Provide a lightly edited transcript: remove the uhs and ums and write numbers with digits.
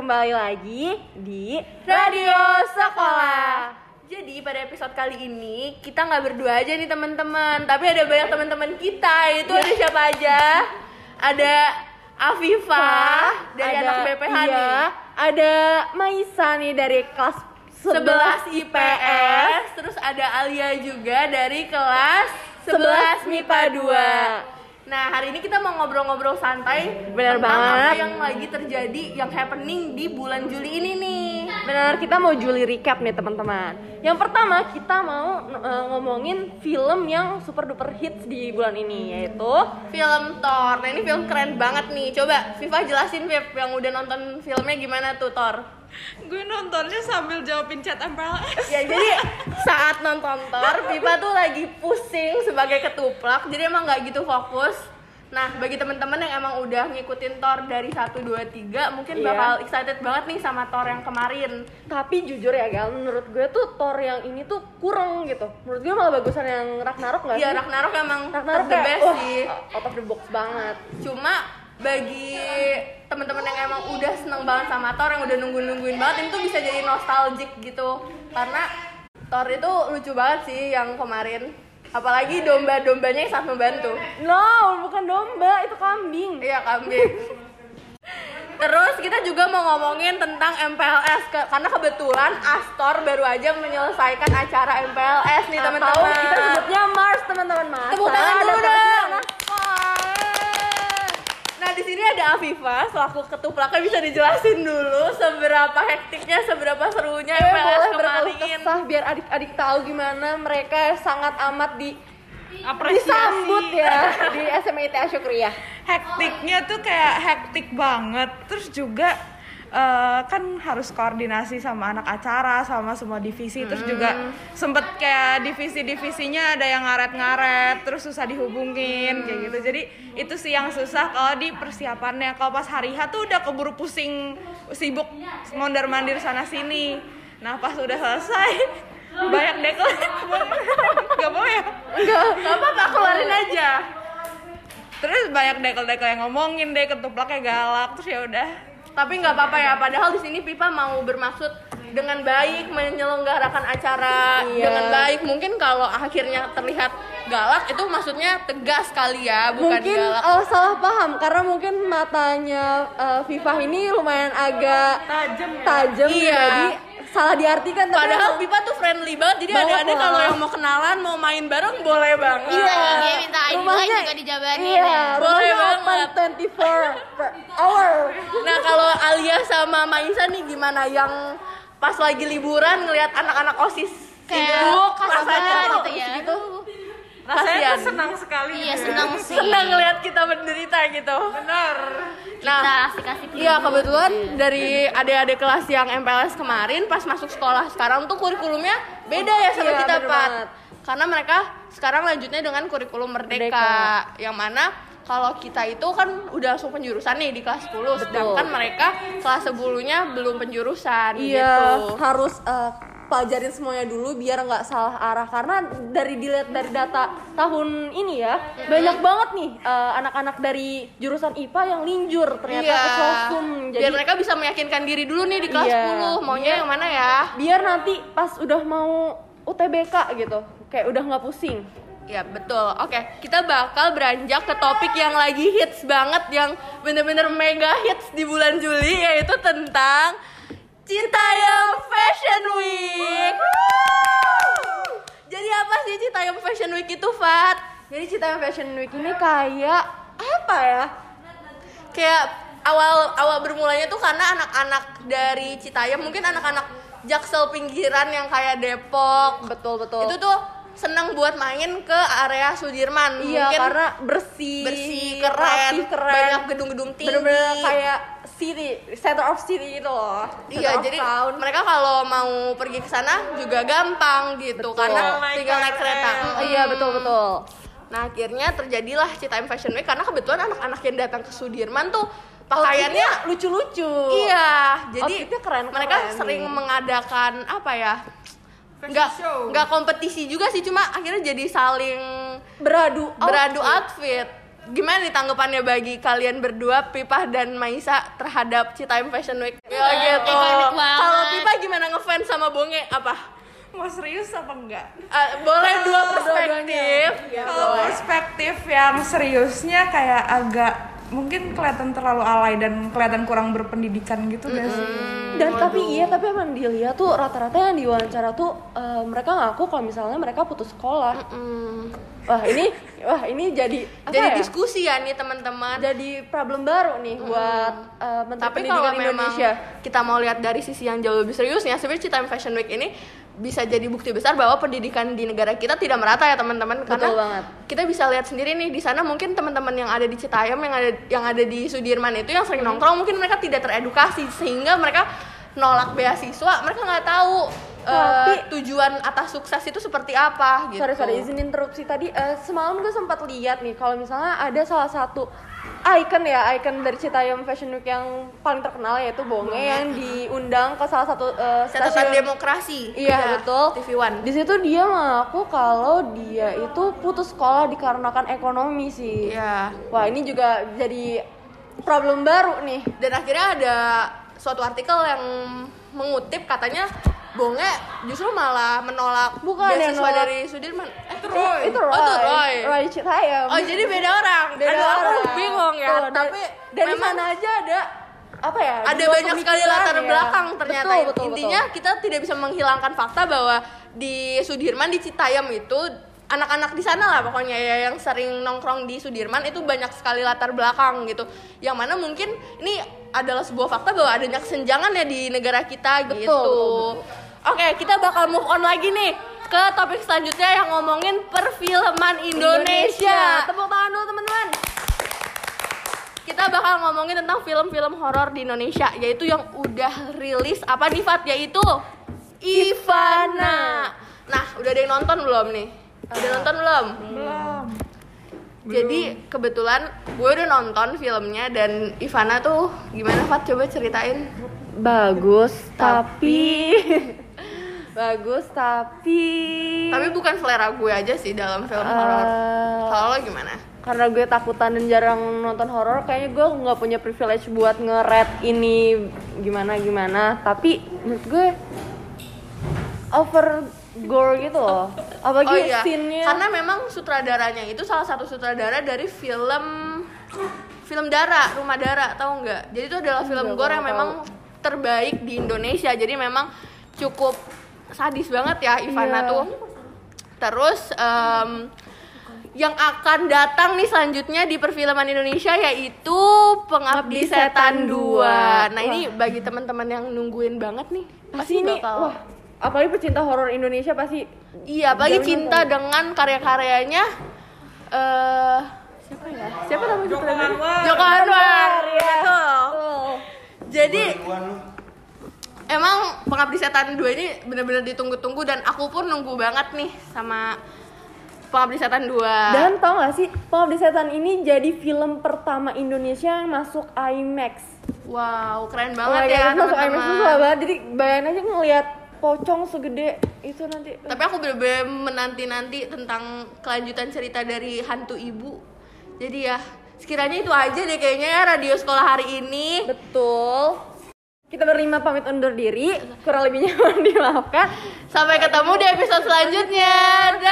kembali lagi di Radio Sekolah. Jadi pada episode kali ini kita nggak berdua aja nih teman-teman, tapi ada banyak teman-teman kita. Itu ada siapa aja? Ada Afifah dari anak BPH nih. Ada Maisa nih dari kelas 11 IPS. Terus ada Alia juga dari kelas 11 MIPA 2. Nah, hari ini kita mau ngobrol-ngobrol santai Bener tentang banget. apa yang lagi terjadi, yang happening di bulan Juli ini nih. Benar, kita mau Juli recap nih teman-teman. Yang pertama kita mau ngomongin film yang super duper hits di bulan ini, yaitu Film Thor. Nah, ini film keren banget nih. Coba Viva jelasin, Viv, yang udah nonton filmnya gimana tuh Thor? Gue nontonnya sambil jawabin chat MPLS. Ya, jadi saat nonton Thor, Viva tuh lagi pusing sebagai ketuplak. Jadi emang nggak gitu fokus. Nah, bagi teman-teman yang emang udah ngikutin Thor dari 1, 2, 3, mungkin bakal excited banget nih sama Thor yang kemarin. tapi jujur ya Gal, menurut gue tuh Thor yang ini tuh kurang gitu. Menurut gue malah bagusan yang Ragnarok nggak sih? Iya, Ragnarok emang Ragnarok the kayak, best sih. out of the box banget. Cuma bagi teman-teman yang emang udah seneng banget sama Thor, yang udah nungguin banget, ini tuh bisa jadi nostalgic gitu. Karena Thor itu lucu banget sih yang kemarin. Apalagi domba-dombanya yang sangat membantu. No, bukan domba, itu kambing. Iya, kambing. Terus kita juga mau ngomongin tentang MPLS karena kebetulan Astor baru aja menyelesaikan acara MPLS nih Atau teman-teman. kita sebutnya Mars teman-teman. Mars. Tepuk tangan Ada dulu kelasnya, dong. nah. Nah, di sini ada Afifah selaku ketuplaknya, bisa dijelasin dulu seberapa hektiknya, seberapa serunya MPLS Boleh berkeluh kemarin. kesah biar adik-adik tahu gimana mereka sangat amat Apresiasi. disambut ya di SMIT Asyukriyah. Hektiknya tuh kayak hektik banget. Terus juga kan harus koordinasi sama anak acara, sama semua divisi. Terus juga sempet kayak divisi-divisinya ada yang ngaret-ngaret, terus susah dihubungin kayak gitu. Jadi itu sih yang susah kalau di persiapannya. Kalau pas hari H tuh udah keburu pusing, sibuk mondar-mandir sana sini. Nah, pas udah selesai banyak dekel. Gak boleh ya? Gak apa-apa, keluarin aja. Terus banyak dekel-dekel yang ngomongin deh, ketuplaknya galak, terus ya udah. Tapi nggak apa-apa ya, padahal di sini Pipa mau bermaksud dengan baik menyelenggarakan acara dengan baik. Mungkin kalau akhirnya terlihat galak itu maksudnya tegas kali ya, bukan Mungkin galak. salah paham karena mungkin matanya Viva ini lumayan agak tajam Iya. jadi salah diartikan. Tapi Padahal emang- Pipa tuh friendly banget, jadi Banget adik-adik lah. kalau yang mau kenalan, mau main bareng boleh banget. Iya. Dia minta ID Rumahnya- juga dijabarin Iya, ya. Boleh rumahnya open banget. 24 per hour. Nah, kalau Alia sama Maisa nih gimana, yang pas lagi liburan ngelihat anak-anak OSIS Kayak sibuk, kasihan rasanya tuh gitu ya. Rasanya Kasian. tuh senang sekali. Iya, gitu. senang sih. senang ngelihat kita menderita gitu. Benar. Nah, Kita kasih iya, kebetulan dari adik-adik kelas yang MPLS kemarin pas masuk sekolah sekarang tuh kurikulumnya beda ya sama Iya, kita, bener Pat. banget. Karena mereka sekarang lanjutnya dengan kurikulum Merdeka. Yang mana kalau kita itu kan udah langsung penjurusan nih di kelas 10, sedangkan mereka kelas 10-nya belum penjurusan Iya, gitu. harus pelajarin semuanya dulu biar nggak salah arah, karena dilihat dari data tahun ini ya banyak banget nih anak-anak dari jurusan IPA yang linjur ternyata ke sosum. Jadi biar mereka bisa meyakinkan diri dulu nih di kelas Iya. 10 maunya yang mana ya. biar nanti pas udah mau UTBK gitu kayak udah nggak pusing. Ya, betul. Oke, kita bakal beranjak ke topik yang lagi hits banget, yang bener-bener mega hits di bulan Juli, yaitu tentang Citayam Fashion Week. Jadi apa sih Citayam Fashion Week itu, Fat? Jadi Citayam Fashion Week ini kayak apa ya? Kayak awal bermulanya tuh karena anak-anak dari Citayam, mungkin anak-anak Jaksel pinggiran yang kayak Depok, Betul. itu tuh seneng buat main ke area Sudirman. Iya, Mungkin karena bersih, keren, rapi, banyak gedung-gedung tinggi. Bener-bener kayak city, center of city gitu loh. Iya, Center of jadi town. mereka kalau mau pergi ke sana juga gampang gitu, Betul. karena tinggal naik kereta. Iya, betul. Nah, akhirnya terjadilah Citayam Fashion Week karena kebetulan anak-anak yang datang ke Sudirman tuh pakaiannya lucu-lucu. iya, jadi Outfitnya keren. mereka sering mengadakan apa ya? Nggak kompetisi juga sih, cuma akhirnya jadi saling beradu outfit. gimana nih tanggapannya bagi kalian berdua, Pipah dan Maisa, terhadap Citayam Fashion Week? Ya gitu. Kalau Pipah gimana ngefans sama Bonge apa? Mau serius apa enggak? Boleh dua perspektif. Kalau perspektif yang seriusnya kayak agak mungkin kelihatan terlalu alay dan kelihatan kurang berpendidikan gitu guys. Dan tapi emang dilihat tuh rata-rata yang diwawancara tuh mereka ngaku kalau misalnya mereka putus sekolah. Wah ini jadi diskusi ya nih teman-teman. Jadi problem baru nih buat Menteri Tapi Pendidikan kalau memang Indonesia. kita mau lihat dari sisi yang jauh lebih seriusnya, sebenarnya Citayam Fashion Week ini bisa jadi bukti besar bahwa pendidikan di negara kita tidak merata ya teman-teman. Betul Karena banget. kita bisa lihat sendiri nih di sana mungkin teman-teman yang ada di Citayam, yang ada di Sudirman itu yang sering nongkrong, mungkin mereka tidak teredukasi sehingga mereka nolak beasiswa, mereka nggak tahu tujuan atas sukses itu seperti apa gitu. Sorry izin interupsi tadi. Semalam gue sempat lihat nih kalau misalnya ada salah satu ikon dari Citayam Fashion Week yang paling terkenal yaitu Bonge yang diundang ke salah satu Catatan stasiun Demokrasi. Iya betul. TV One. Di situ dia mengaku kalau dia itu putus sekolah dikarenakan ekonomi sih. Iya. Wah ini juga jadi problem baru nih. Dan akhirnya ada suatu artikel yang mengutip katanya Bonge justru malah menolak beasiswa dari Sudirman. Itu Roy. Roy Citayam. Oh jadi beda orang. Aku bingung ya. Tuh, tapi dari memang sana aja ada ada banyak sekali latar belakang ternyata. Betul, Intinya kita tidak bisa menghilangkan fakta bahwa di Sudirman, di Citayam itu anak-anak di sana lah pokoknya ya yang sering nongkrong di Sudirman itu banyak sekali latar belakang gitu. Yang mana mungkin ini adalah sebuah fakta bahwa adanya kesenjangan ya di negara kita gitu. Betul. Oke, kita bakal move on lagi nih ke topik selanjutnya yang ngomongin perfilman Indonesia. Tepuk tangan dulu teman-teman. Kita bakal ngomongin tentang film-film horor di Indonesia, yaitu yang udah rilis apa nih Fat, yaitu Ivana. Nah, udah ada yang nonton belum nih? Udah nonton belum? Belum. Jadi kebetulan gue udah nonton filmnya dan Ivana tuh gimana Fat? Coba ceritain. Bagus tapi tapi bukan selera gue aja sih dalam film horor. Kalau lo gimana? Karena gue takutan dan jarang nonton horor, kayaknya gue nggak punya privilege buat nge-rate ini gimana. Tapi menurut gue over gore gitu loh. Apalagi scene-nya. Karena memang sutradaranya itu salah satu sutradara dari film Dara, Rumah Dara, tahu nggak? Jadi itu adalah film gore yang memang terbaik di Indonesia. Jadi memang cukup sadis banget ya Ivana tuh. Terus yang akan datang nih selanjutnya di perfilman Indonesia yaitu Pengabdi Setan 2. Nah, ini bagi teman-teman yang nungguin banget nih. Pasti ini apalagi pecinta horor Indonesia pasti. Iya, apalagi cinta dengan karya-karyanya siapa namanya? Joko Anwar. Ya. Betul. Jadi emang Pengabdi Setan 2 ini benar-benar ditunggu-tunggu dan aku pun nunggu banget nih sama Pengabdi Setan 2. Dan tau gak sih, Pengabdi Setan ini jadi film pertama Indonesia yang masuk IMAX. Wow, keren banget ya teman-teman. Masuk IMAX susah banget, jadi bayangin aja ngeliat pocong segede itu nanti. Tapi aku bener-bener menanti-nanti tentang kelanjutan cerita dari hantu ibu. Jadi ya, sekiranya itu aja deh kayaknya ya radio sekolah hari ini. Betul. Kita berlima pamit undur diri, kurang lebihnya mohon dimaafkan. Sampai ketemu di episode selanjutnya.